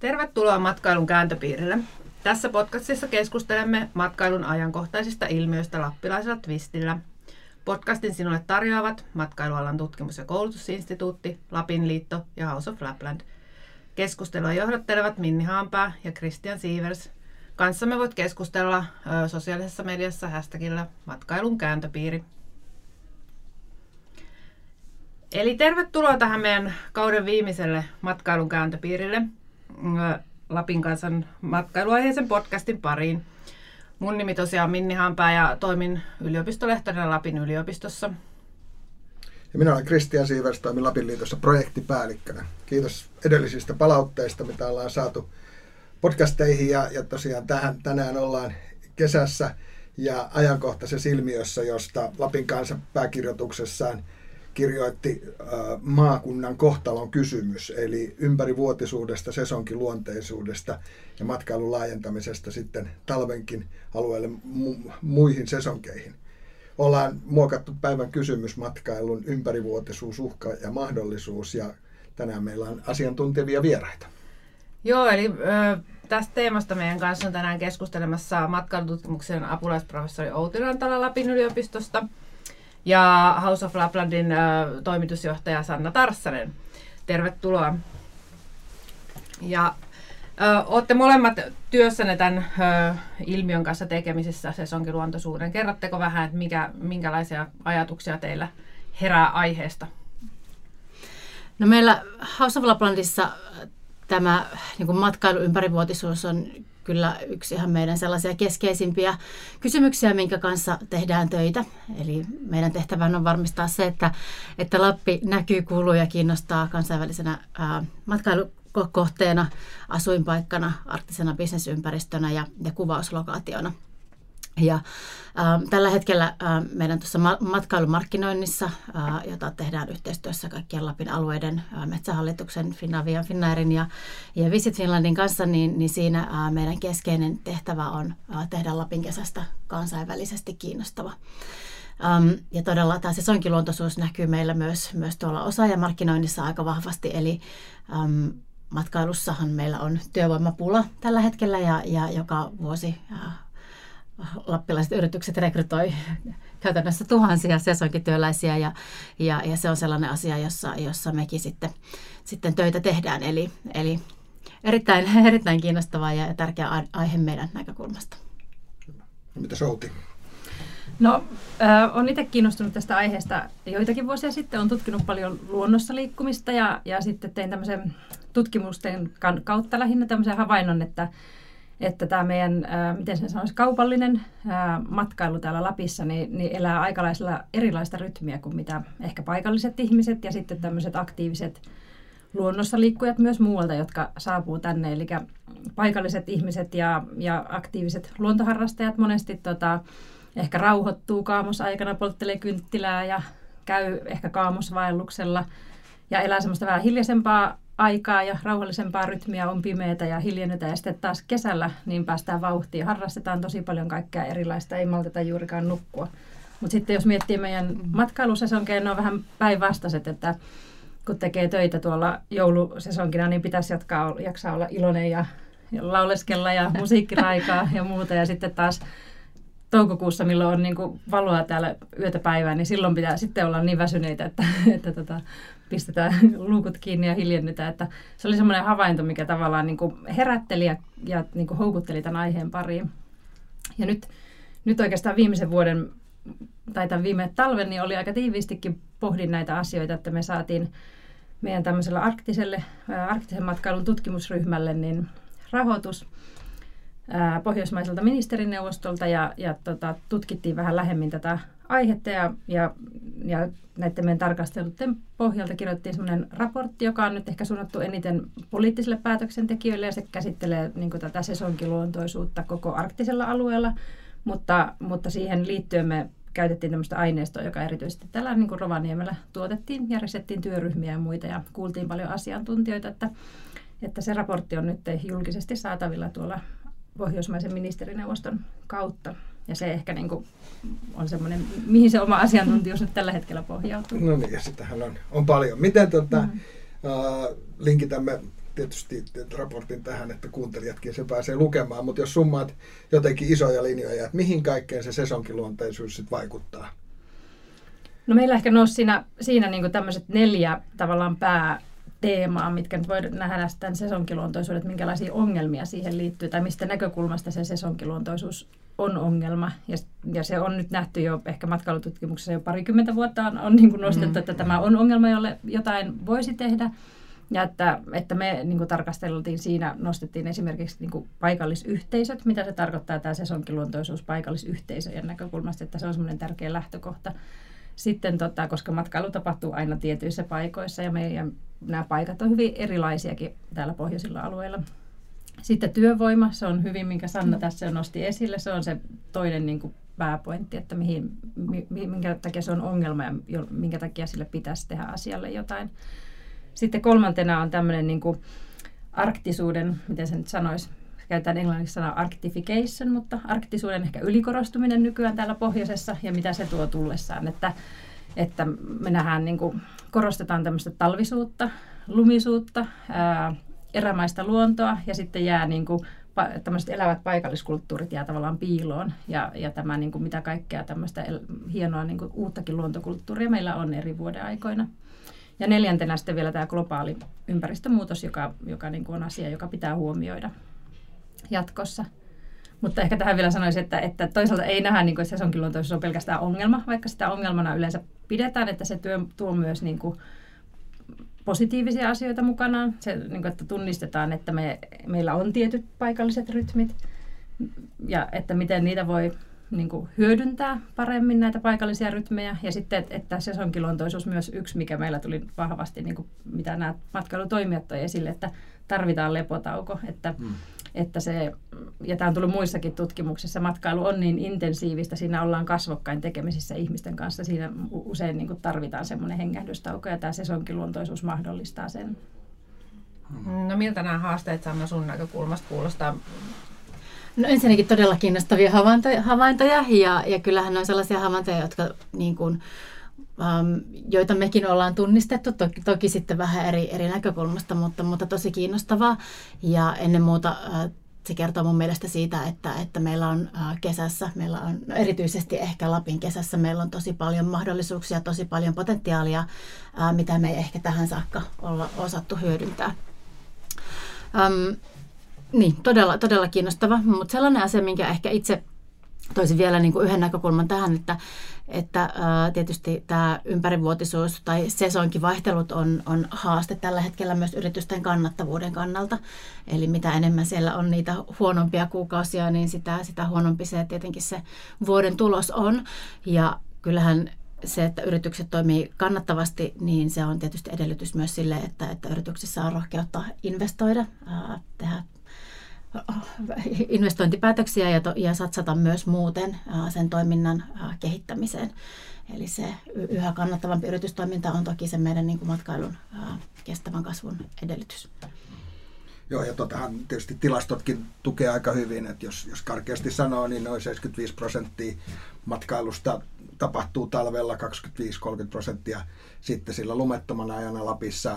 Tervetuloa Matkailun kääntöpiirille. Tässä podcastissa keskustelemme matkailun ajankohtaisista ilmiöistä lappilaisella twistillä. Podcastin sinulle tarjoavat Matkailualan tutkimus- ja koulutusinstituutti, Lapin liitto ja House of Lapland. Keskustelua johdattelevat Minni Haanpää ja Christian Sievers. Kanssamme voit keskustella sosiaalisessa mediassa hashtagillä Matkailun kääntöpiiri. Eli tervetuloa tähän meidän kauden viimeiselle Matkailun kääntöpiirille, Lapin kansan matkailuaiheisen podcastin pariin. Mun nimi tosiaan Minni Haanpää ja toimin yliopistolehtorina Lapin yliopistossa. Ja minä olen Christian Sievers, toimin Lapin liitossa projektipäällikkönä. Kiitos edellisistä palautteista, mitä ollaan saatu podcasteihin ja tosiaan tänään ollaan kesässä ja ajankohtaisessa ilmiössä, josta Lapin kansa pääkirjoituksessaan kirjoitti maakunnan kohtalon kysymys, eli ympärivuotisuudesta, sesonkiluonteisuudesta ja matkailun laajentamisesta sitten talvenkin alueelle muihin sesonkeihin. Ollaan muokattu päivän kysymys matkailun ympärivuotisuus, uhka ja mahdollisuus, ja tänään meillä on asiantuntevia vieraita. Joo, eli tästä teemasta meidän kanssa on tänään keskustelemassa matkailututkimuksen apulaisprofessori Outi Rantala Lapin yliopistosta ja House of Laplandin toimitusjohtaja Sanna Tarssanen. Tervetuloa. Ja olette molemmat työssänne tämän ilmiön kanssa tekemisissä, sesonkiluontoisuuden. Kerrotteko vähän, että minkälaisia ajatuksia teillä herää aiheesta? No meillä House of Laplandissa tämä niin kuin matkailu ympärivuotisuus on kyllä yksi ihan meidän sellaisia keskeisimpiä kysymyksiä, minkä kanssa tehdään töitä. Eli meidän tehtävän on varmistaa se, että Lappi näkyy, kuuluu ja kiinnostaa kansainvälisenä matkailukohteena, asuinpaikkana, arktisena bisnesympäristönä ja kuvauslokaationa. Ja tällä hetkellä meidän tuossa matkailumarkkinoinnissa, jota tehdään yhteistyössä kaikkien Lapin alueiden, Metsähallituksen, Finavian, Finnairin ja Visit Finlandin kanssa, niin siinä meidän keskeinen tehtävä on tehdä Lapin kesästä kansainvälisesti kiinnostava. Ja todella tämä sesonkiluontoisuus näkyy meillä myös tuolla osaajamarkkinoinnissa aika vahvasti, eli matkailussahan meillä on työvoimapula tällä hetkellä ja joka vuosi lappilaiset yritykset rekrytoi käytännössä tuhansia sesonkityöläisiä ja se on sellainen asia, jossa mekin sitten töitä tehdään. Eli erittäin kiinnostava ja tärkeä aihe meidän näkökulmasta. Mitä Outi? No, olen itse kiinnostunut tästä aiheesta joitakin vuosia sitten. Olen tutkinut paljon luonnossa liikkumista ja sitten tein tämmöisen tutkimusten kautta lähinnä tämmöisen havainnon, että tämä meidän, miten sen sanoisi, kaupallinen matkailu täällä Lapissa niin elää aikalaisella erilaista rytmiä kuin mitä ehkä paikalliset ihmiset ja sitten tämmöiset aktiiviset luonnossa liikkujat myös muualta, jotka saapuu tänne. Eli paikalliset ihmiset ja aktiiviset luontoharrastajat monesti ehkä rauhoittuu kaamosaikana, polttelee kynttilää ja käy ehkä kaamosvaelluksella ja elää semmoista vähän hiljaisempaa aikaa ja rauhallisempaa rytmiä, on pimeätä ja hiljennytä ja sitten taas kesällä niin päästään vauhtiin ja harrastetaan tosi paljon kaikkea erilaista, ei malteta juurikaan nukkua. Mutta sitten jos miettii meidän matkailusesonkeja, ne on vähän päinvastaiset, että kun tekee töitä tuolla joulusesonkina, niin pitäisi jaksaa olla iloinen ja lauleskella ja musiikkiraikaa ja muuta ja sitten taas toukokuussa, milloin on niin kuin valoa täällä yötä päivää, niin silloin pitää sitten olla niin väsyneitä, että pistetään luukut kiinni ja hiljennytään. Että se oli semmoinen havainto, mikä tavallaan niin kuin herätteli ja niin kuin houkutteli tämän aiheen pariin. Ja nyt oikeastaan viimeisen vuoden tai tämän viime talven niin oli aika tiiviistikin pohdin näitä asioita, että me saatiin meidän tämmöisellä arktisen matkailun tutkimusryhmälle niin rahoitus Pohjoismaiselta ministerineuvostolta ja tutkittiin vähän lähemmin tätä aihetta ja näiden meidän tarkasteluiden pohjalta kirjoittiin semmoinen raportti, joka on nyt ehkä suunnattu eniten poliittisille päätöksentekijöille ja se käsittelee niin kuin tätä sesonkiluontoisuutta koko arktisella alueella, mutta siihen liittyen me käytettiin tämmöistä aineistoa, joka erityisesti täällä niin kuin Rovaniemellä tuotettiin, järjestettiin työryhmiä ja muita ja kuultiin paljon asiantuntijoita, että se raportti on nyt julkisesti saatavilla tuolla Pohjoismaisen ministerineuvoston kautta. Ja se ehkä niin kuin on semmoinen, mihin se oma asiantuntijuus nyt tällä hetkellä pohjautuu. No niin, ja sitähän on paljon. Miten linkitämme tietysti raportin tähän, että kuuntelijatkin se pääsee lukemaan, mutta jos summaat jotenkin isoja linjoja, että mihin kaikkeen se sesonkiluonteisuus sitten vaikuttaa? No meillä ehkä nousi siinä niin kuin tämmöiset 4 tavallaan pääteemaa, mitkä nyt voi nähdä tämän sesonkiluontoisuuden, että minkälaisia ongelmia siihen liittyy tai mistä näkökulmasta se sesonkiluontoisuus on ongelma. Ja se on nyt nähty jo ehkä matkailututkimuksessa jo 20 vuotta on niin kuin nostettu, että tämä on ongelma, jolle jotain voisi tehdä. Ja että me niin kuin tarkasteltiin siinä, nostettiin esimerkiksi niin kuin paikallisyhteisöt, mitä se tarkoittaa tämä sesonkiluontoisuus paikallisyhteisöjen näkökulmasta, että se on semmoinen tärkeä lähtökohta. Sitten, koska matkailu tapahtuu aina tietyissä paikoissa ja nämä paikat on hyvin erilaisiakin täällä pohjoisilla alueilla. Sitten työvoima, se on hyvin, minkä Sanna tässä nosti esille, se on se toinen niin kuin pääpointti, että minkä takia se on ongelma ja minkä takia sille pitäisi tehdä asialle jotain. Sitten 3. on tämmöinen niin kuin arktisuuden, miten se nyt sanoisi, käytetään englanniksi sanaa arctification, mutta arktisuuden ehkä ylikorostuminen nykyään täällä pohjoisessa ja mitä se tuo tullessaan, että me nähdään, niin kuin, korostetaan tämmöistä talvisuutta, lumisuutta, erämaista luontoa ja sitten jää niin kuin, tämmöiset elävät paikalliskulttuurit jää tavallaan piiloon ja tämä niin kuin, mitä kaikkea tämmöistä hienoa niin kuin, uuttakin luontokulttuuria meillä on eri vuodenaikoina. Ja 4. sitten vielä tämä globaali ympäristömuutos, joka niin kuin on asia, joka pitää huomioida jatkossa. Mutta ehkä tähän vielä sanoisin, että toisaalta ei nähdä, niin kuin, että sesonkiluontoisuus on pelkästään ongelma, vaikka sitä ongelmana yleensä pidetään, että se tuo myös niin kuin, positiivisia asioita mukanaan. Se, niin kuin, että tunnistetaan, että meillä on tietyt paikalliset rytmit ja että miten niitä voi niin kuin hyödyntää paremmin näitä paikallisia rytmejä. Ja sitten, että sesonkiluontoisuus myös yksi, mikä meillä tuli vahvasti, niin kuin mitä nämä matkailutoimijat toi esille, että tarvitaan lepotauko. Että se, ja tämä on tullut muissakin tutkimuksissa, matkailu on niin intensiivistä, siinä ollaan kasvokkain tekemisissä ihmisten kanssa. Siinä usein niin kuin tarvitaan semmoinen hengähdystauko ja tämä sesonkiluontoisuus mahdollistaa sen. No miltä nämä haasteet, Sanna, sun näkökulmasta kuulostaa? No ensinnäkin todella kiinnostavia havaintoja ja kyllähän on sellaisia havaintoja, jotka niin kuin, joita mekin ollaan tunnistettu, toki sitten vähän eri näkökulmasta, mutta tosi kiinnostavaa ja ennen muuta se kertoo mun mielestä siitä, että meillä on kesässä, erityisesti ehkä Lapin kesässä, meillä on tosi paljon mahdollisuuksia, tosi paljon potentiaalia, mitä me ei ehkä tähän saakka olla osattu hyödyntää. Niin, todella kiinnostava, mutta sellainen asia, minkä ehkä itse toisin vielä niin kuin yhden näkökulman tähän, että tietysti tämä ympärivuotisuus tai sesonkivaihtelut on haaste tällä hetkellä myös yritysten kannattavuuden kannalta. Eli mitä enemmän siellä on niitä huonompia kuukausia, niin sitä huonompi se tietenkin se vuoden tulos on. Ja kyllähän se, että yritykset toimii kannattavasti, niin se on tietysti edellytys myös sille, että yrityksissä on rohkeutta investoida, tehdä investointipäätöksiä ja satsata myös muuten sen toiminnan kehittämiseen. Eli se yhä kannattavampi yritystoiminta on toki se meidän niin kuin matkailun kestävän kasvun edellytys. Joo, ja tietysti tilastotkin tukee aika hyvin, että jos karkeasti sanoo, niin noin 75% matkailusta tapahtuu talvella, 25-30% sitten sillä lumettomana ajana Lapissa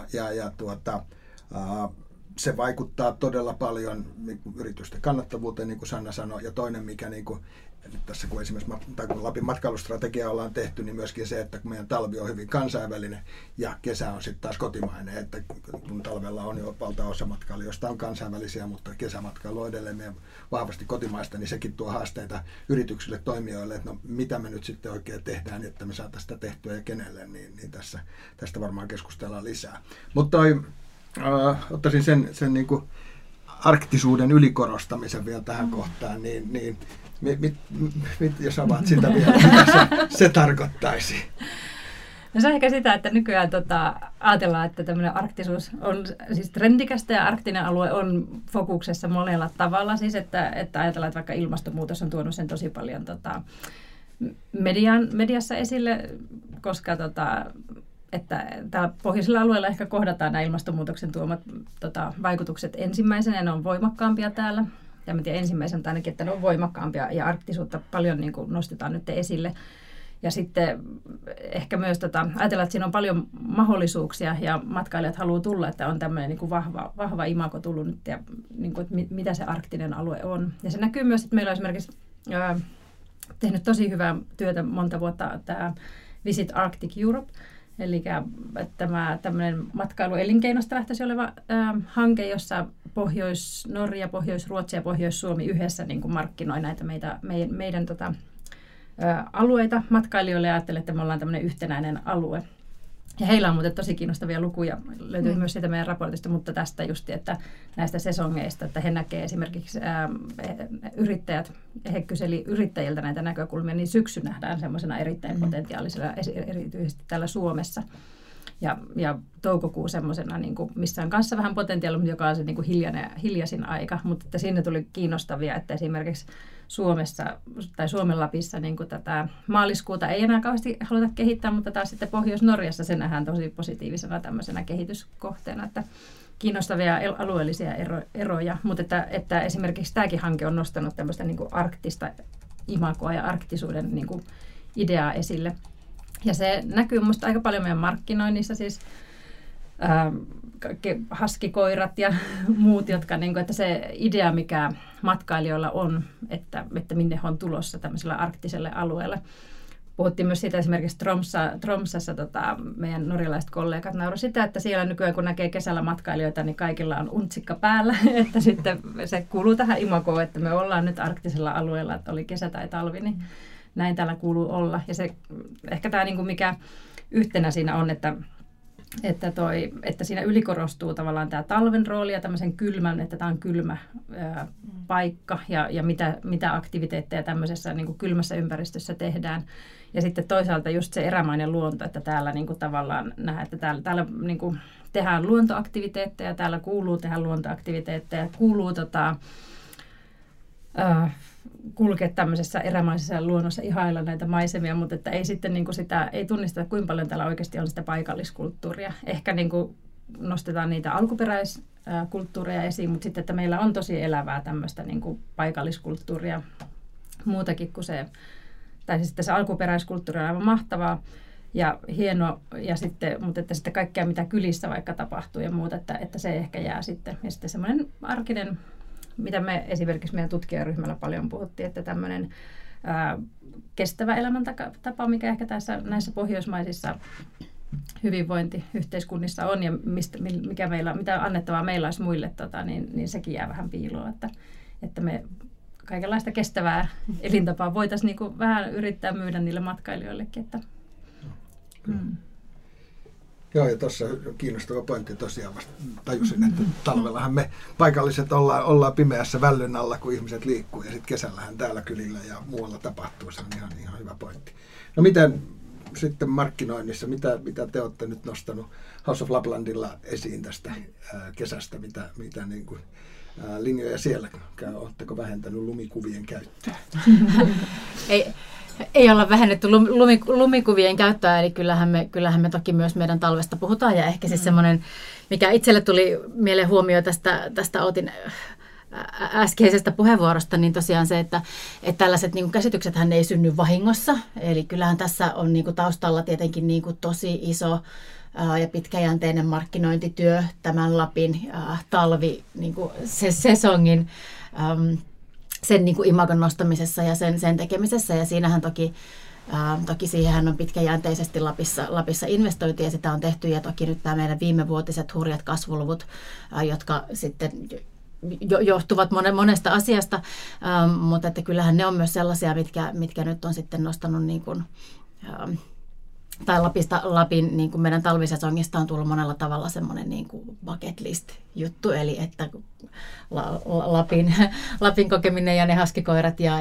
se vaikuttaa todella paljon yritysten kannattavuuteen, niin kuin Sanna sanoi, ja toinen, mikä niin kuin, tässä kun esimerkiksi kun Lapin matkailustrategia ollaan tehty, niin myöskin se, että kun meidän talvi on hyvin kansainvälinen ja kesä on sitten taas kotimainen, että kun talvella on jo valtaosa matkailijoista on kansainvälisiä, mutta kesämatkailu on edelleen meidän vahvasti kotimaista, niin sekin tuo haasteita yrityksille, toimijoille, että no mitä me nyt sitten oikein tehdään, että me saataisiin sitä tehtyä ja kenelle, niin tästä varmaan keskustellaan lisää. Mutta ottaisin sen niin kuin arktisuuden ylikorostamisen vielä tähän kohtaan, niin jos avaat sitä vielä, mitä se tarkoittaisi? No se on ehkä sitä, että nykyään ajatellaan, että tämmöinen arktisuus on siis trendikästä ja arktinen alue on fokuksessa monella tavalla. Siis että ajatellaan, että vaikka ilmastonmuutos on tuonut sen tosi paljon mediassa esille, koska että täällä pohjoisilla alueilla ehkä kohdataan nämä ilmastonmuutoksen tuomat vaikutukset ensimmäisenä, ne on voimakkaampia täällä. Ja mä tiedän ensimmäisenä ainakin, että ne on voimakkaampia ja arktisuutta paljon niin kuin nostetaan nyt esille. Ja sitten ehkä myös ajatellaan, että siinä on paljon mahdollisuuksia ja matkailijat haluaa tulla, että on tämmöinen niin kuin vahva imago tullut nyt ja niin kuin, että mitä se arktinen alue on. Ja se näkyy myös, että meillä on esimerkiksi tehnyt tosi hyvää työtä monta vuotta tämä Visit Arctic Europe, eli tämä tämmöinen matkailuelinkeinosta lähtöisin oleva hanke, jossa Pohjois-Norja, Pohjois-Ruotsi ja Pohjois-Suomi yhdessä niin kuin markkinoi näitä meidän alueita matkailijoille ja ajattelee, että me ollaan tämmöinen yhtenäinen alue. Ja heillä on muuten tosi kiinnostavia lukuja, löytyy myös siitä meidän raportista, mutta tästä just, että näistä sesongeista, että he näkee esimerkiksi yrittäjät, he kyseli yrittäjiltä näitä näkökulmia, niin syksy nähdään semmoisena erittäin potentiaalisena, erityisesti täällä Suomessa. Ja toukokuu semmoisena, niin missä on kanssa vähän potentiaalia, mutta joka on se niin kuin hiljaisin aika. Mutta että siinä tuli kiinnostavia, että esimerkiksi Suomessa tai Suomen Lapissa niin kuin tätä maaliskuuta ei enää kauheasti haluta kehittää, mutta taas sitten Pohjois-Norjassa se nähdään tosi positiivisena tämmöisenä kehityskohteena, että kiinnostavia alueellisia eroja. Mutta että esimerkiksi tämäkin hanke on nostanut tämmöistä niin kuin arktista imagoa ja arktisuuden niin kuin ideaa esille. Ja se näkyy minusta aika paljon meidän markkinoinnissa, siis haskikoirat ja muut, jotka, niin kuin, että se idea, mikä matkailijoilla on, että minne he on tulossa tämmöisellä arktiselle alueelle. Puhuttiin myös siitä esimerkiksi Tromsassa meidän norjalaiset kollegat nauroi sitä, että siellä nykyään kun näkee kesällä matkailijoita, niin kaikilla on untsikka päällä, että sitten se kuuluu tähän imagoon, että me ollaan nyt arktisella alueella, että oli kesä tai talvi, niin näin täällä kuuluu olla. Ja se, ehkä tämä, niin kuin mikä yhtenä siinä on, että siinä ylikorostuu tavallaan tämä talven rooli ja tämmöisen kylmän, että tämä on kylmä paikka ja mitä aktiviteetteja tämmöisessä niin kuin kylmässä ympäristössä tehdään. Ja sitten toisaalta just se erämainen luonto, että täällä niin kuin tavallaan nähdään, että täällä niin kuin tehdään luontoaktiviteetteja, täällä kuuluu tehdä luontoaktiviteetteja, kuuluu kulkea tämmöisessä erämaisessa luonnossa, ihailla näitä maisemia, mutta että ei sitten niin kuin sitä, ei tunnisteta, kuinka paljon täällä oikeasti on sitä paikalliskulttuuria. Ehkä niin kuin nostetaan niitä alkuperäiskulttuureja esiin, mutta sitten, että meillä on tosi elävää tämmöistä niin kuin paikalliskulttuuria muutakin kuin se, tai sitten se alkuperäiskulttuuri on aivan mahtavaa ja hieno, mutta että sitten kaikkea mitä kylissä vaikka tapahtuu ja muuta, että se ehkä jää sitten. Ja sitten semmoinen arkinen, mitä me esimerkiksi meidän tutkijaryhmällä paljon puhuttiin, että tämmöinen kestävä elämäntapa, mikä ehkä näissä pohjoismaisissa hyvinvointiyhteiskunnissa on ja mitä annettavaa meillä olisi muille, niin sekin jää vähän piiloon, että me kaikenlaista kestävää elintapaa voitaisiin niin vähän yrittää myydä niille matkailijoillekin. Että. Joo, ja tuossa kiinnostava pointti tosiaan vasta tajusin, että talvellahan me paikalliset ollaan pimeässä vällyn alla, kun ihmiset liikkuu, ja sitten kesällähän täällä kylillä ja muualla tapahtuu. Se on ihan hyvä pointti. No miten sitten markkinoinnissa, mitä te olette nyt nostanut House of Laplandilla esiin tästä kesästä, mitä niin kuin, linjoja siellä, oletteko vähentänyt lumikuvien käyttöä? Ei olla vähennetty lumikuvien käyttöä, eli kyllähän me toki myös meidän talvesta puhutaan. Ja ehkä siis semmoinen, mikä itselle tuli mieleen huomio tästä Outin äskeisestä puheenvuorosta, niin tosiaan se, että tällaiset niin kuin käsityksethän ei synny vahingossa. Eli kyllähän tässä on niin kuin taustalla tietenkin niin kuin tosi iso ja pitkäjänteinen markkinointityö tämän Lapin talvi niin kuin sesongin sen niin kuin imagon nostamisessa ja sen tekemisessä, ja siinähän toki siihenhän on pitkäjänteisesti Lapissa investoitu, ja sitä on tehty, ja toki nyt tämä meidän viimevuotiset hurjat kasvuluvut, jotka sitten johtuvat monesta asiasta, mutta että kyllähän ne on myös sellaisia, mitkä nyt on sitten nostanut niin kuin, tai Lapin niin kuin meidän talvisesongista on tullut monella tavalla semmoinen niin kuin bucket list juttu, eli että Lapin kokeminen ja ne haskikoirat ja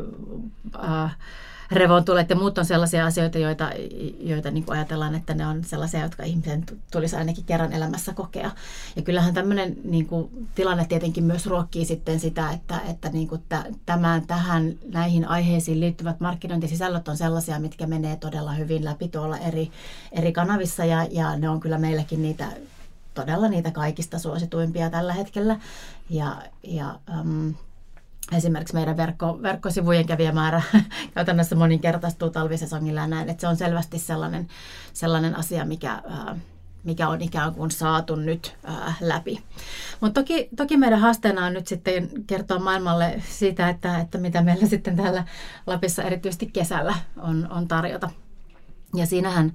revontulet ja muut on sellaisia asioita, joita niin kuin ajatellaan, että ne on sellaisia, jotka ihmisen tulisi ainakin kerran elämässä kokea. Ja kyllähän tämmöinen niin kuin tilanne tietenkin myös ruokkii sitten sitä, että niin kuin näihin aiheisiin liittyvät markkinointisisällöt on sellaisia, mitkä menee todella hyvin läpi tuolla eri kanavissa, ja ne on kyllä meilläkin todella niitä kaikista suosituimpia tällä hetkellä. esimerkiksi meidän verkkosivujen kävijämäärä käytännössä moninkertaistuu talvisesongilla ja näin, että se on selvästi sellainen asia, mikä on ikään kuin saatu nyt läpi. Mutta toki meidän haasteena on nyt sitten kertoa maailmalle siitä, että mitä meillä sitten täällä Lapissa erityisesti kesällä on tarjota. Ja siinähän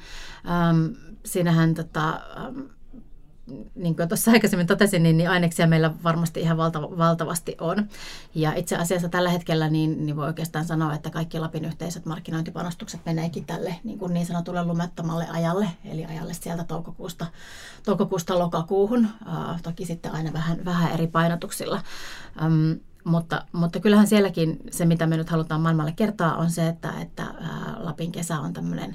niin kuin tuossa aikaisemmin totesin, niin aineksia meillä varmasti ihan valtavasti on. Ja itse asiassa tällä hetkellä niin voi oikeastaan sanoa, että kaikki Lapin yhteiset markkinointipanostukset meneekin tälle niin sanotulle lumettomalle ajalle, eli ajalle sieltä toukokuusta lokakuuhun. Toki sitten aina vähän eri painotuksilla. Mutta kyllähän sielläkin se, mitä me nyt halutaan maailmalle kertoa, on se, että Lapin kesä on tämmöinen...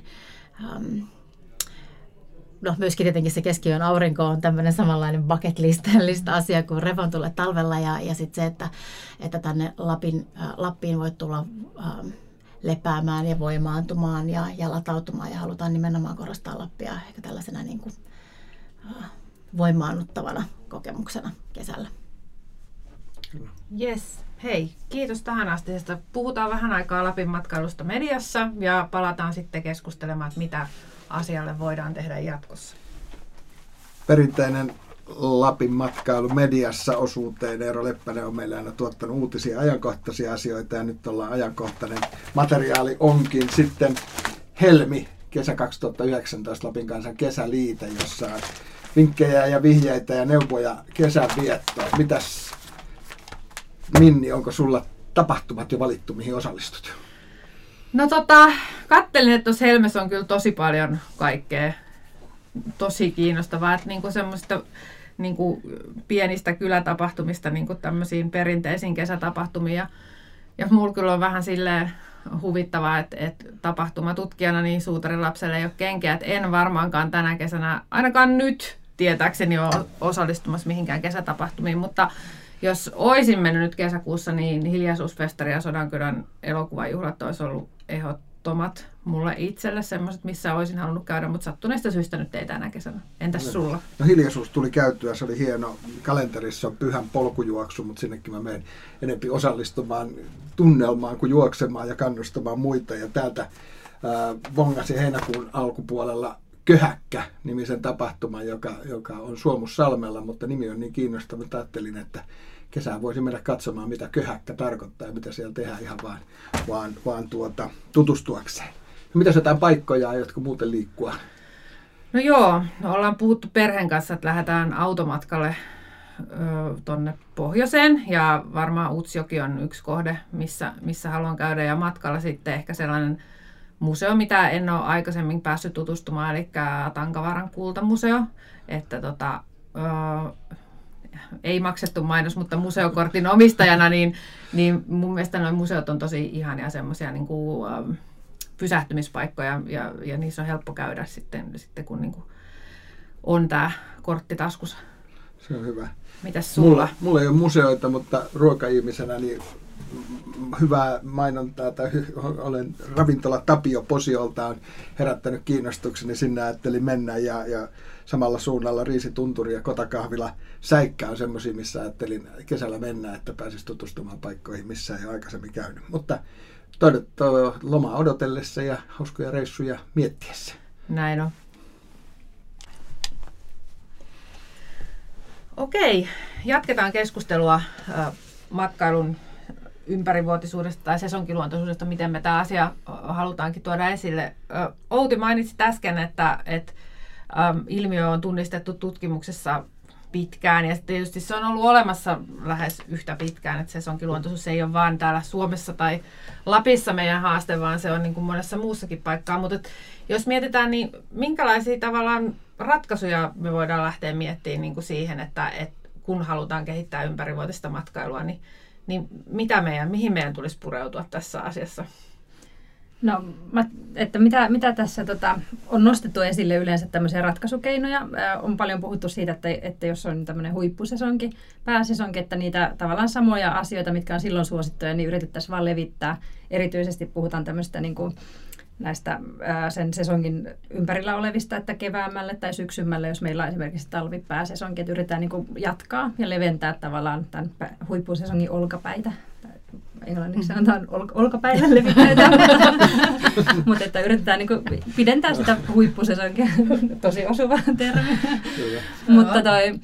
No myöskin tietenkin se keskiyön aurinko on tämmöinen samanlainen bucket list asia kuin revontulle talvella ja sitten se, että tänne Lappiin voi tulla lepäämään ja voimaantumaan ja latautumaan ja halutaan nimenomaan korostaa Lappia ehkä tällaisena niin kuin, voimaannuttavana kokemuksena kesällä. Yes. Hei, kiitos tähän astisesta. Puhutaan vähän aikaa Lapin matkailusta mediassa ja palataan sitten keskustelemaan, että mitä asialle voidaan tehdä jatkossa. Perinteinen Lapin matkailu mediassa -osuuteen Eero Leppänen on meille aina tuottanut uutisia ajankohtaisia asioita ja nyt ollaan ajankohtainen materiaali onkin sitten Helmi, kesä 2019 Lapin kansan kesäliite, jossa on vinkkejä ja vihjeitä ja neuvoja kesän viettoon. Mitäs Minni, onko sulla tapahtumat jo valittu, mihin osallistut? No kattelin, että tuossa Helmessä on kyllä tosi paljon kaikkea tosi kiinnostavaa, että niinku semmoista niinku pienistä kylätapahtumista niinku tämmöisiin perinteisiin kesätapahtumiin ja mulla kyllä on vähän silleen huvittavaa, että tapahtumatutkijana niin suutarin lapselle ei ole kenkiä, että en varmaankaan tänä kesänä, ainakaan nyt tietääkseni ole osallistumassa mihinkään kesätapahtumiin, mutta jos olisin mennyt nyt kesäkuussa, niin Hiljaisuusfestari ja Sodankylän elokuvajuhlat olisi ollut ehdottomat mulle itselle, semmoiset, missä olisin halunnut käydä, mutta sattuneista syistä nyt ei tänä kesänä. Entäs sulla? No Hiljaisuus tuli käytyä, se oli hieno. Kalenterissa on pyhän polkujuoksu, mutta sinnekin mä menen enempi osallistumaan tunnelmaan kuin juoksemaan ja kannustamaan muita. Ja täältä vongasi heinäkuun alkupuolella Köhäkkä-nimisen tapahtuman, joka on Suomussalmella, mutta nimi on niin kiinnostava, että ajattelin, että kesään voisi mennä katsomaan, mitä Köhäkkä tarkoittaa ja mitä siellä tehdään ihan vaan tutustuakseen. Mitäs jotain paikkoja, jotka muuten liikkua? No joo, ollaan puhuttu perheen kanssa, että lähdetään automatkalle tonne pohjoiseen ja varmaan Utsjoki on yksi kohde, missä haluan käydä ja matkalla sitten ehkä sellainen museo, mitä en ole aikaisemmin päässyt tutustumaan, eli Tankavaaran kultamuseo, että ei maksettu mainos, mutta museokortin omistajana, niin mun mielestä nuo museot on tosi ihania semmoisia niin kuin pysähtymispaikkoja ja niissä on helppo käydä sitten kun niin kuin on tämä kortti taskussa. Se on hyvä. Mitäs sulla? Mulla ei ole museoita, mutta ruokaihmisenä niin hyvää mainontaa, tai olen ravintola Tapio Posiolta on herättänyt kiinnostukseni, sinne ajattelin mennä ja samalla suunnalla Riisitunturi ja Kotakahvila Säikkä on semmoisia, missä ajattelin kesällä mennä, että pääsisi tutustumaan paikkoihin, missä ei ole aikaisemmin käynyt. Mutta lomaa odotellessa ja hauskoja reissuja miettiessä. Näin on. Okei, jatketaan keskustelua matkailun ympärivuotisuudesta tai sesonkiluontoisuudesta, miten me tämä asia halutaankin tuoda esille. Outi mainitsi äsken, että ilmiö on tunnistettu tutkimuksessa pitkään ja tietysti se on ollut olemassa lähes yhtä pitkään, että sesonkiluontoisuus ei ole vain täällä Suomessa tai Lapissa meidän haaste, vaan se on niin kuin monessa muussakin paikkaa. Mutta jos mietitään, niin minkälaisia tavallaan ratkaisuja me voidaan lähteä miettimään niin kuin siihen, että kun halutaan kehittää ympärivuotista matkailua, niin mihin meidän tulisi pureutua tässä asiassa? No, että mitä tässä on nostettu esille yleensä tämmöisiä ratkaisukeinoja. On paljon puhuttu siitä, että jos on tämmöinen huippusesonki, pääsesonki, että niitä tavallaan samoja asioita, mitkä on silloin suosittuja, niin yritettäisiin vaan levittää. Erityisesti puhutaan tämmöistä niin kuin näistä sen sesongin ympärillä olevista, että keväämälle tai syksymälle, jos meillä on esimerkiksi talvipääsesonki, että yritetään niin kuin jatkaa ja leventää tavallaan tämän huippusesongin olkapäitä. englanniksi sanotaan olkapäillä levittäjätä, mutta että yritetään niin kuin pidentää sitä huippusesonkia, tosi osuva termi. Mutta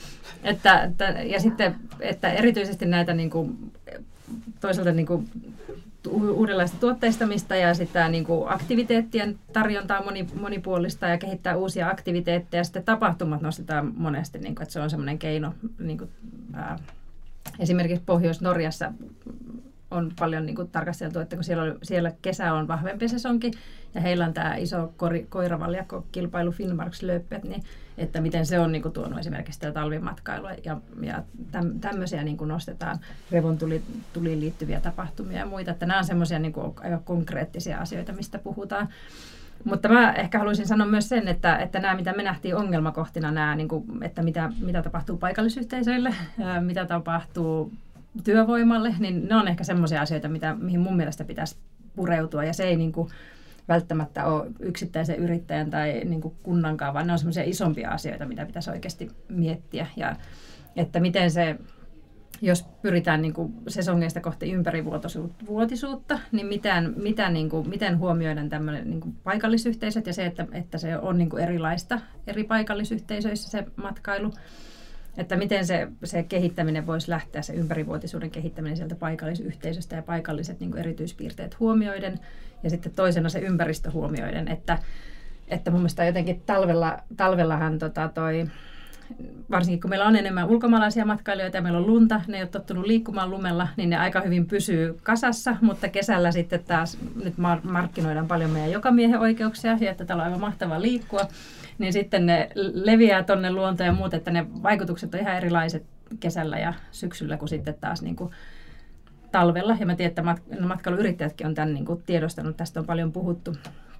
ja sitten, että erityisesti näitä niin kuin, toisaalta niin kuin, uudenlaista tuotteistamista ja sitten niin kuin aktiviteettien tarjontaa monipuolista ja kehittää uusia aktiviteetteja. Sitten tapahtumat nostetaan monesti, niin kuin, että se on semmoinen keino. Niin kuin, esimerkiksi Pohjois-Norjassa on paljon niin kuin tarkasteltu, että kun siellä kesä on vahvempi sesonki ja heillä on tämä iso koiravaljakko-kilpailu Finnmarkslöpet, niin että miten se on niin kuin tuonut esimerkiksi sitä talvimatkailua ja tämmöisiä niin kuin nostetaan, revontuliin liittyviä tapahtumia ja muita, että nämä on semmoisia niin kuin aika konkreettisia asioita, mistä puhutaan. Mutta mä ehkä haluaisin sanoa myös sen, että nämä, mitä me nähtiin ongelmakohtina, nämä, niin kuin, että mitä tapahtuu paikallisyhteisöille, mitä tapahtuu työvoimalle, niin ne on ehkä semmoisia asioita, mihin mun mielestä pitäisi pureutua, ja se ei niin kuin välttämättä ole yksittäisen yrittäjän tai niin kuin kunnankaan, vaan ne on semmoisia isompia asioita, mitä pitäisi oikeasti miettiä, ja että miten se, jos pyritään niin kuin sesongeista kohti ympärivuotisuutta, niin miten huomioidaan tämmöinen niin kuin paikallisyhteisöt ja se, että se on niin kuin erilaista eri paikallisyhteisöissä se matkailu, että miten se kehittäminen voisi lähteä, se ympärivuotisuuden kehittäminen sieltä paikallisyhteisöstä ja paikalliset niin kuin erityispiirteet huomioiden ja sitten toisena se ympäristö huomioiden, että mun mielestä jotenkin talvellahan varsinkin kun meillä on enemmän ulkomaalaisia matkailijoita ja meillä on lunta, ne ei ole tottunut liikkumaan lumella, niin ne aika hyvin pysyy kasassa, mutta kesällä sitten taas nyt markkinoidaan paljon meidän jokamiehen oikeuksia ja että täällä on aivan mahtavaa liikkua, niin sitten ne leviää tonne luontoon ja muut, että ne vaikutukset on ihan erilaiset kesällä ja syksyllä kuin sitten taas niin kuin talvella. Ja mä tiedän, että matkailuyrittäjätkin on tämän niin kuin tiedostanut, tästä on paljon puhuttu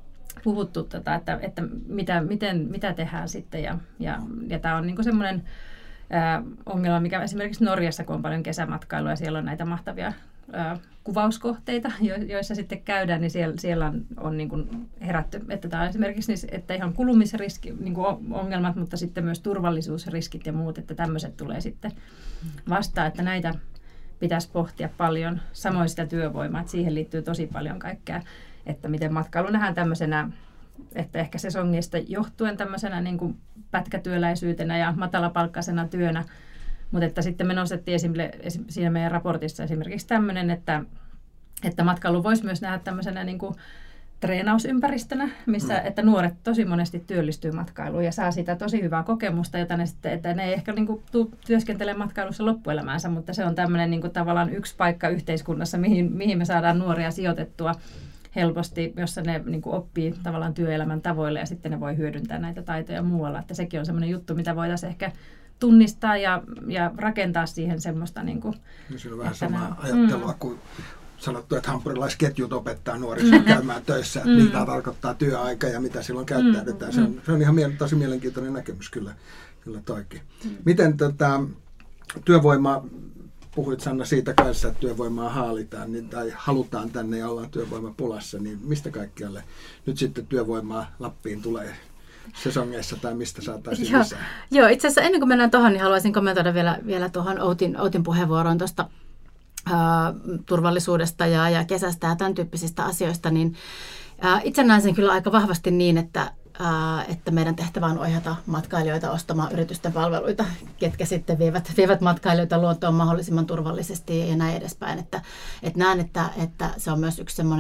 että mitä tehdään sitten. Ja tämä on niin semmoinen ongelma, mikä esimerkiksi Norjassa, kun on paljon kesämatkailua ja siellä on näitä mahtavia kuvauskohteita, joissa sitten käydään, niin siellä on niin kuin herätty, että tämä on esimerkiksi että ihan kulumisriski, niin kuin ongelmat, mutta sitten myös turvallisuusriskit ja muut, että tämmöiset tulee sitten vastaan, että näitä pitäisi pohtia paljon. Samoin sitä työvoimaa, että siihen liittyy tosi paljon kaikkea, että miten matkailu nähdään tämmöisenä, että ehkä sesongista johtuen tämmöisenä niin kuin pätkätyöläisyytenä ja matalapalkkaisena työnä, mutta että sitten me nostettiin siinä meidän raportissa esimerkiksi tämmöinen, että matkailu voisi myös nähdä tämmöisenä niin kuin treenausympäristönä, missä että nuoret tosi monesti työllistyy matkailuun ja saa sitä tosi hyvää kokemusta, jota ne sitten, että ne ei ehkä niin kuin työskentele matkailussa loppuelämäänsä, mutta se on tämmöinen niin kuin tavallaan yksi paikka yhteiskunnassa, mihin me saadaan nuoria sijoitettua helposti, jossa ne niin kuin oppii tavallaan työelämän tavoille ja sitten ne voi hyödyntää näitä taitoja muualla, että sekin on semmoinen juttu, mitä voitaisiin ehkä tunnistaa ja rakentaa siihen semmoista niin kuin, se on vähän samaa ajattelua kuin sanottu, että hampurilaisketjut opettaa nuorisoa käymään töissä, että mitä tarkoittaa työaika ja mitä silloin käyttäydytään. Se on ihan tosi mielenkiintoinen näkemys kyllä toikin. Miten työvoimaa, puhuit Sanna siitä kanssa, että työvoimaa haalitaan tai halutaan tänne ja ollaan työvoimapulassa, niin mistä kaikkialle nyt sitten työvoimaa Lappiin tulee sesongeissa tai mistä saataisiin lisää? Joo, itse asiassa ennen kuin mennään tuohon, niin haluaisin kommentoida vielä tuohon Outin puheenvuoroon tuosta turvallisuudesta ja kesästä ja tämän tyyppisistä asioista, niin itse näen sen kyllä aika vahvasti niin, että meidän tehtävä on ohjata matkailijoita ostamaan yritysten palveluita, ketkä sitten vievät matkailijoita luontoon mahdollisimman turvallisesti ja näin edespäin. Että näen, että se on myös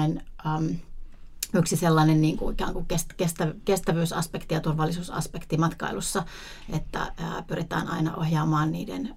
yksi sellainen niin kuin ikään kuin kestävyysaspekti ja turvallisuusaspekti matkailussa, että pyritään aina ohjaamaan niiden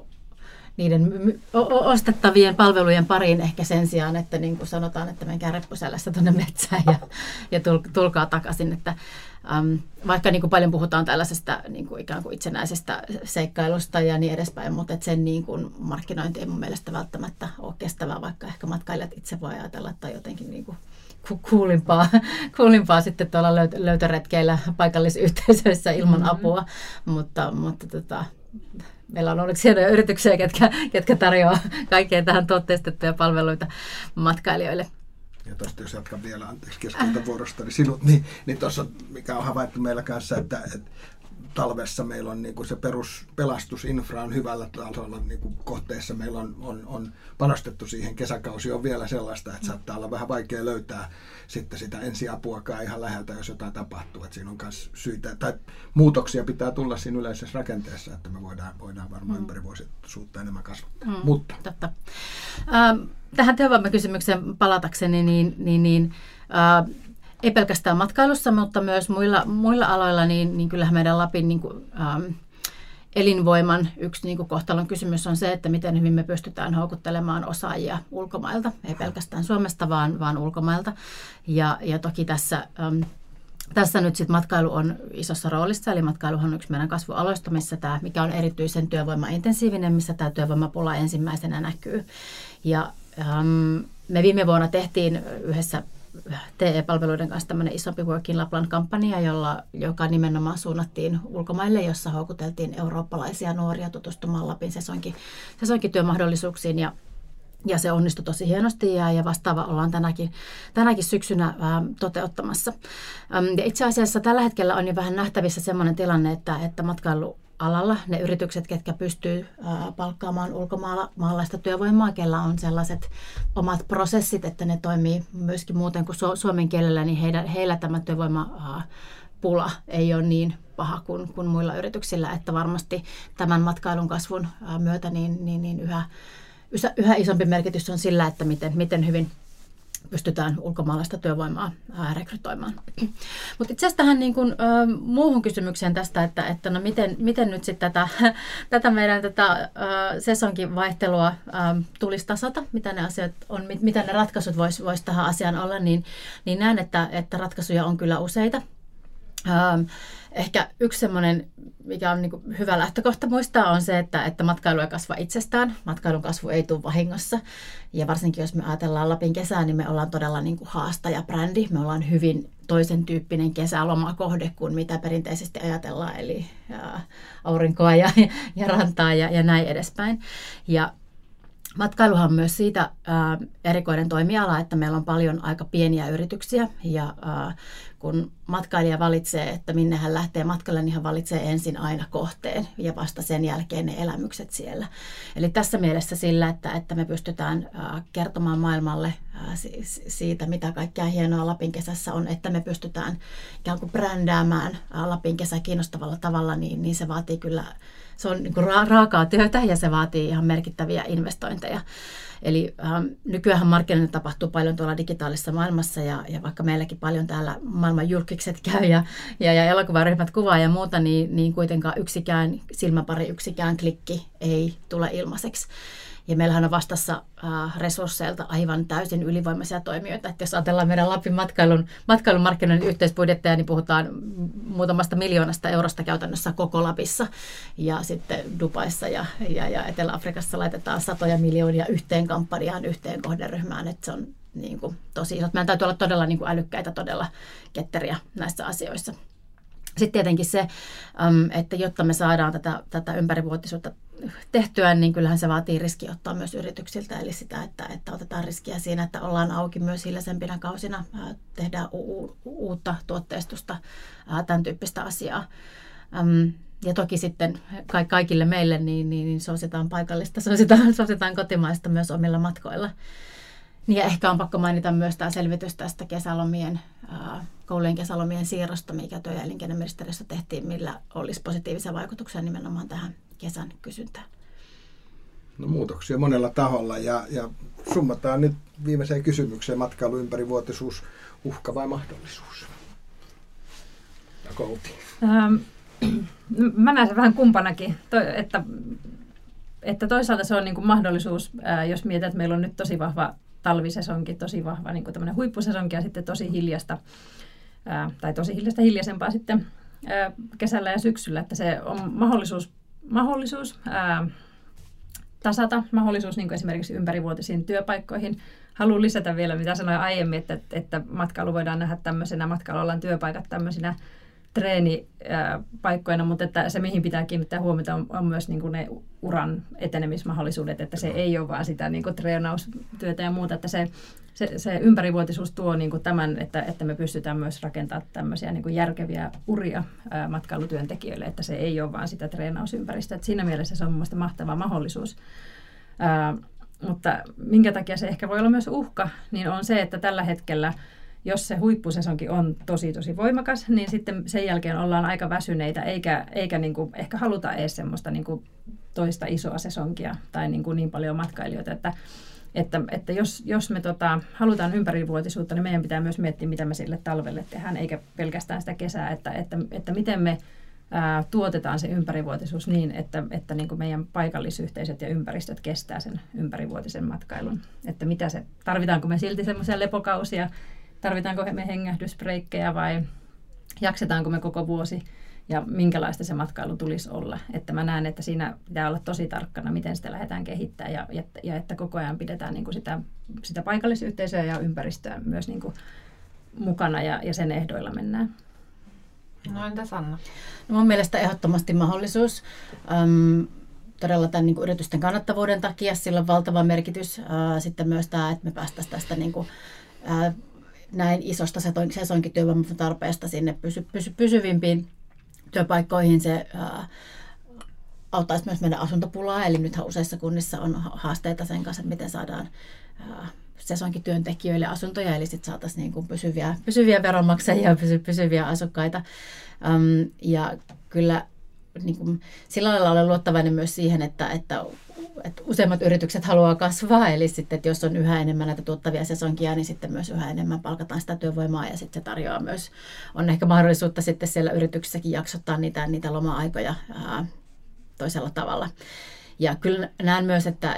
ostettavien palvelujen pariin ehkä sen sijaan, että niin kuin sanotaan, että menkää reppuselässä tuonne metsään ja tulkaa takaisin. Että, vaikka niin kuin paljon puhutaan tällaisesta niin kuin ikään kuin itsenäisestä seikkailusta ja niin edespäin, mutta että sen niin kuin markkinointi ei mun mielestä välttämättä ole kestävää, vaikka ehkä matkailijat itse voi ajatella, että jotenkin niin kuin kuulimpaa sitten tuolla löytöretkeillä paikallisyhteisöissä ilman apua, mutta meillä on onneksi hienoja yrityksiä, ketkä tarjoaa kaikkea tähän tuotteistettuja palveluita matkailijoille. Ja tuosta jos jatkan vielä, anteeksi keskeltä vuorosta, niin sinut, niin tuossa mikä on havaittu meillä kanssa, että talvessa meillä on niin kuin se peruspelastusinfra on hyvällä tasolla niin kuin kohteessa. Meillä on panostettu siihen. Kesäkausi on vielä sellaista, että saattaa olla vähän vaikea löytää sitten sitä ensiapuakaan ihan läheltä, jos jotain tapahtuu. Että siinä on myös syitä, tai muutoksia pitää tulla siinä yleisessä rakenteessa, että me voidaan varmaan ympärivuotisuutta enemmän kasvattaa. Mutta. Totta. Tähän työvoimakysymykseen palatakseni, ei pelkästään matkailussa, mutta myös muilla aloilla, niin kyllähän meidän Lapin niin kuin, elinvoiman yksi niin kuin kohtalon kysymys on se, että miten hyvin me pystytään houkuttelemaan osaajia ulkomailta, ei pelkästään Suomesta, vaan ulkomailta. Ja toki tässä nyt sit matkailu on isossa roolissa, eli matkailuhan on yksi meidän kasvualoista, mikä on erityisen työvoimaintensiivinen, missä tämä työvoimapula ensimmäisenä näkyy. Ja me viime vuonna tehtiin yhdessä TE-palveluiden kanssa tämmöinen isompi Work in Lapland-kampanja, joka nimenomaan suunnattiin ulkomaille, jossa houkuteltiin eurooppalaisia nuoria tutustumaan Lapin sesonkityömahdollisuuksiin. Ja se onnistui tosi hienosti ja vastaava ollaan tänäkin syksynä toteuttamassa. Ja itse asiassa tällä hetkellä on jo vähän nähtävissä sellainen tilanne, että matkailualalla ne yritykset, ketkä pystyy palkkaamaan ulkomaalaista työvoimaa, kellä on sellaiset omat prosessit, että ne toimii myöskin muuten kuin suomen kielellä, niin heillä tämä työvoimapula ei ole niin paha kuin muilla yrityksillä, että varmasti tämän matkailun kasvun myötä niin yhä isompi merkitys on sillä, että miten hyvin pystytään ulkomaalaista työvoimaa rekrytoimaan. Mutta itse asiassa tähän niin kuin, muuhun kysymykseen tästä, että no miten nyt sitten tätä meidän sesonkin vaihtelua tulisi tasata, mitä ne asiat on, mitä ne ratkaisut vois tähän asiaan olla, niin näen, että ratkaisuja on kyllä useita. Ehkä yksi semmoinen, mikä on niin kuin hyvä lähtökohta muistaa, on se, että matkailu ei kasva itsestään. Matkailun kasvu ei tule vahingossa. Ja varsinkin jos me ajatellaan Lapin kesää, niin me ollaan todella niin kuin haastaja-brändi. Me ollaan hyvin toisen tyyppinen kesälomakohde kuin mitä perinteisesti ajatellaan, eli aurinkoa ja rantaa ja näin edespäin. Ja matkailuhan on myös siitä erikoinen toimiala, että meillä on paljon aika pieniä yrityksiä ja kun matkailija valitsee, että minne hän lähtee matkalle, niin hän valitsee ensin aina kohteen ja vasta sen jälkeen ne elämykset siellä. Eli tässä mielessä sillä, että me pystytään kertomaan maailmalle siitä, mitä kaikkea hienoa Lapin kesässä on, että me pystytään ikään kuin brändäämään Lapin kesä kiinnostavalla tavalla, niin se vaatii kyllä, se on niin kuin raakaa työtä ja se vaatii ihan merkittäviä investointeja. Eli nykyään markkinointi tapahtuu paljon tuolla digitaalisessa maailmassa ja vaikka meilläkin paljon täällä maailman julkikset käy ja elokuvaryhmät kuvaa ja muuta, niin kuitenkaan yksikään silmäpari, yksikään klikki ei tule ilmaiseksi. Ja meillähän on vastassa resursseilta aivan täysin ylivoimaisia toimijoita. Että jos ajatellaan meidän Lapin matkailun markkinoinnin yhteisbudjetteja, niin puhutaan muutamasta miljoonasta eurosta käytännössä koko Lapissa. Ja sitten Dubaissa ja Etelä-Afrikassa laitetaan satoja miljoonia yhteen kampanjaan, yhteen kohderyhmään. Että se on niin kuin tosi iso. Meidän täytyy olla todella niin kuin älykkäitä, todella ketteriä näissä asioissa. Sitten tietenkin se, että jotta me saadaan tätä ympärivuotisuutta tehtyä, niin kyllähän se vaatii riskiottaa myös yrityksiltä, eli sitä, että otetaan riskiä siinä, että ollaan auki myös hiljaisempina kausina, tehdään uutta tuotteistusta, tämän tyyppistä asiaa. Ja toki sitten kaikille meille niin suositaan paikallista, suositaan kotimaista myös omilla matkoilla. Niin ja ehkä on pakko mainita myös tämä selvitys tästä koulujen kesälomien siirrosta, mikä työ- ja elinkeinoministeriössä tehtiin, millä olisi positiivisia vaikutuksia nimenomaan tähän kesän kysyntään. No muutoksia monella taholla ja summataan nyt viimeiseen kysymykseen: matkailu ympärivuotisuus, uhka vai mahdollisuus? Ja Kouti. Mä näen sen vähän kumpanakin, että toisaalta se on niin kuin mahdollisuus, jos mietit, että meillä on nyt tosi vahva talvisesonki, tosi vahva niin kuin tämmöinen huippusesonki ja sitten tosi hiljasta tai tosi hiljaisempaa sitten kesällä ja syksyllä, että se on mahdollisuus tasata, mahdollisuus niin kuin esimerkiksi ympärivuotisiin työpaikkoihin. Haluan lisätä vielä, mitä sanoin aiemmin, että matkailu voidaan nähdä tämmöisenä, matkailualan työpaikat tämmöisenä treenipaikkoina, mutta että se, mihin pitää kiinnittää huomiota, on myös niin kuin ne uran etenemismahdollisuudet, että se ei ole vaan sitä niin kuin treenaustyötä ja muuta, että se ympärivuotisuus tuo niin kuin tämän, että me pystytään myös rakentamaan tämmöisiä niin kuin järkeviä uria matkailutyöntekijöille, että se ei ole vaan sitä treenausympäristöä. Että siinä mielessä se on mun mielestä mahtava mahdollisuus. Mutta minkä takia se ehkä voi olla myös uhka, niin on se, että tällä hetkellä, jos se huippusesonki on tosi voimakas, niin sitten sen jälkeen ollaan aika väsyneitä, eikä niin kuin ehkä haluta edes semmoista niin kuin toista isoa sesonkia tai niin paljon matkailijoita, että jos me halutaan ympärivuotisuutta, niin meidän pitää myös miettiä, mitä me sille talvelle tehdään, eikä pelkästään sitä kesää, että miten me tuotetaan se ympärivuotisuus niin, että niin kuin meidän paikallisyhteisöt ja ympäristöt kestää sen ympärivuotisen matkailun. Että tarvitaanko me silti semmoisia lepokausia, tarvitaanko me hengähdysbreikkejä vai jaksetaanko me koko vuosi ja minkälaista se matkailu tulisi olla. Että mä näen, että siinä pitää olla tosi tarkkana, miten sitä lähdetään kehittämään ja että koko ajan pidetään niin kuin sitä paikallisyhteisöä ja ympäristöä myös niin kuin mukana ja sen ehdoilla mennään. No entäs Anna? No mun mielestä ehdottomasti mahdollisuus. Todella tämän niin kuin yritysten kannattavuuden takia sillä on valtava merkitys. Sitten myös tämä, että me päästäisiin tästä niin kuin, näin isosta sesonkityövoiman tarpeesta sinne pysyvimpiin työpaikkoihin. Se auttaisi myös meidän asuntopulaa. Eli nythän useissa kunnissa on haasteita sen kanssa, että miten saadaan sesonkityöntekijöille asuntoja, eli sitten saataisiin niin kuin pysyviä veronmaksajia ja pysyviä asukkaita. Ja kyllä niin kuin, sillä lailla olen luottavainen myös siihen, että useimmat yritykset haluaa kasvaa, eli sitten, että jos on yhä enemmän näitä tuottavia sesonkia, niin sitten myös yhä enemmän palkataan sitä työvoimaa, ja sitten se tarjoaa myös, on ehkä mahdollisuutta sitten siellä yrityksessäkin jaksottaa niitä loma-aikoja toisella tavalla. Ja kyllä näen myös, että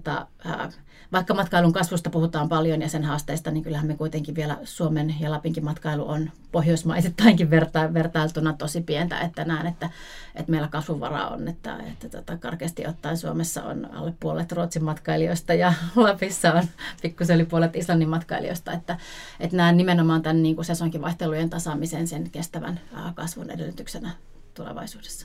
vaikka matkailun kasvusta puhutaan paljon ja sen haasteista, niin kyllähän me kuitenkin vielä Suomen ja Lapinkin matkailu on pohjoismaisittainkin vertailtuna tosi pientä, että näen, että meillä kasvuvaraa on, että karkeasti ottaen Suomessa on alle puolet Ruotsin matkailijoista ja Lapissa on pikkusen yli puolet Islannin matkailijoista, että näen nimenomaan tämän niin kuin sesonkivaihtelujen tasaamisen sen kestävän kasvun edellytyksenä tulevaisuudessa.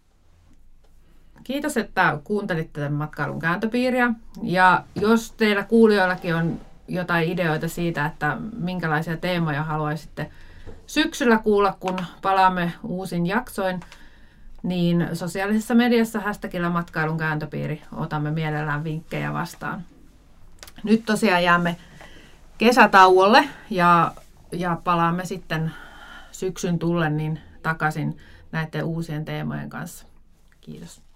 Kiitos, että kuuntelitte tämän matkailun kääntöpiiriä. Ja jos teillä kuulijoillakin on jotain ideoita siitä, että minkälaisia teemoja haluaisitte syksyllä kuulla, kun palaamme uusin jaksoin, niin sosiaalisessa mediassa hashtagillä matkailun kääntöpiiri otamme mielellään vinkkejä vastaan. Nyt tosiaan jäämme kesätauolle ja palaamme sitten syksyn tullen niin takaisin näiden uusien teemojen kanssa. Kiitos.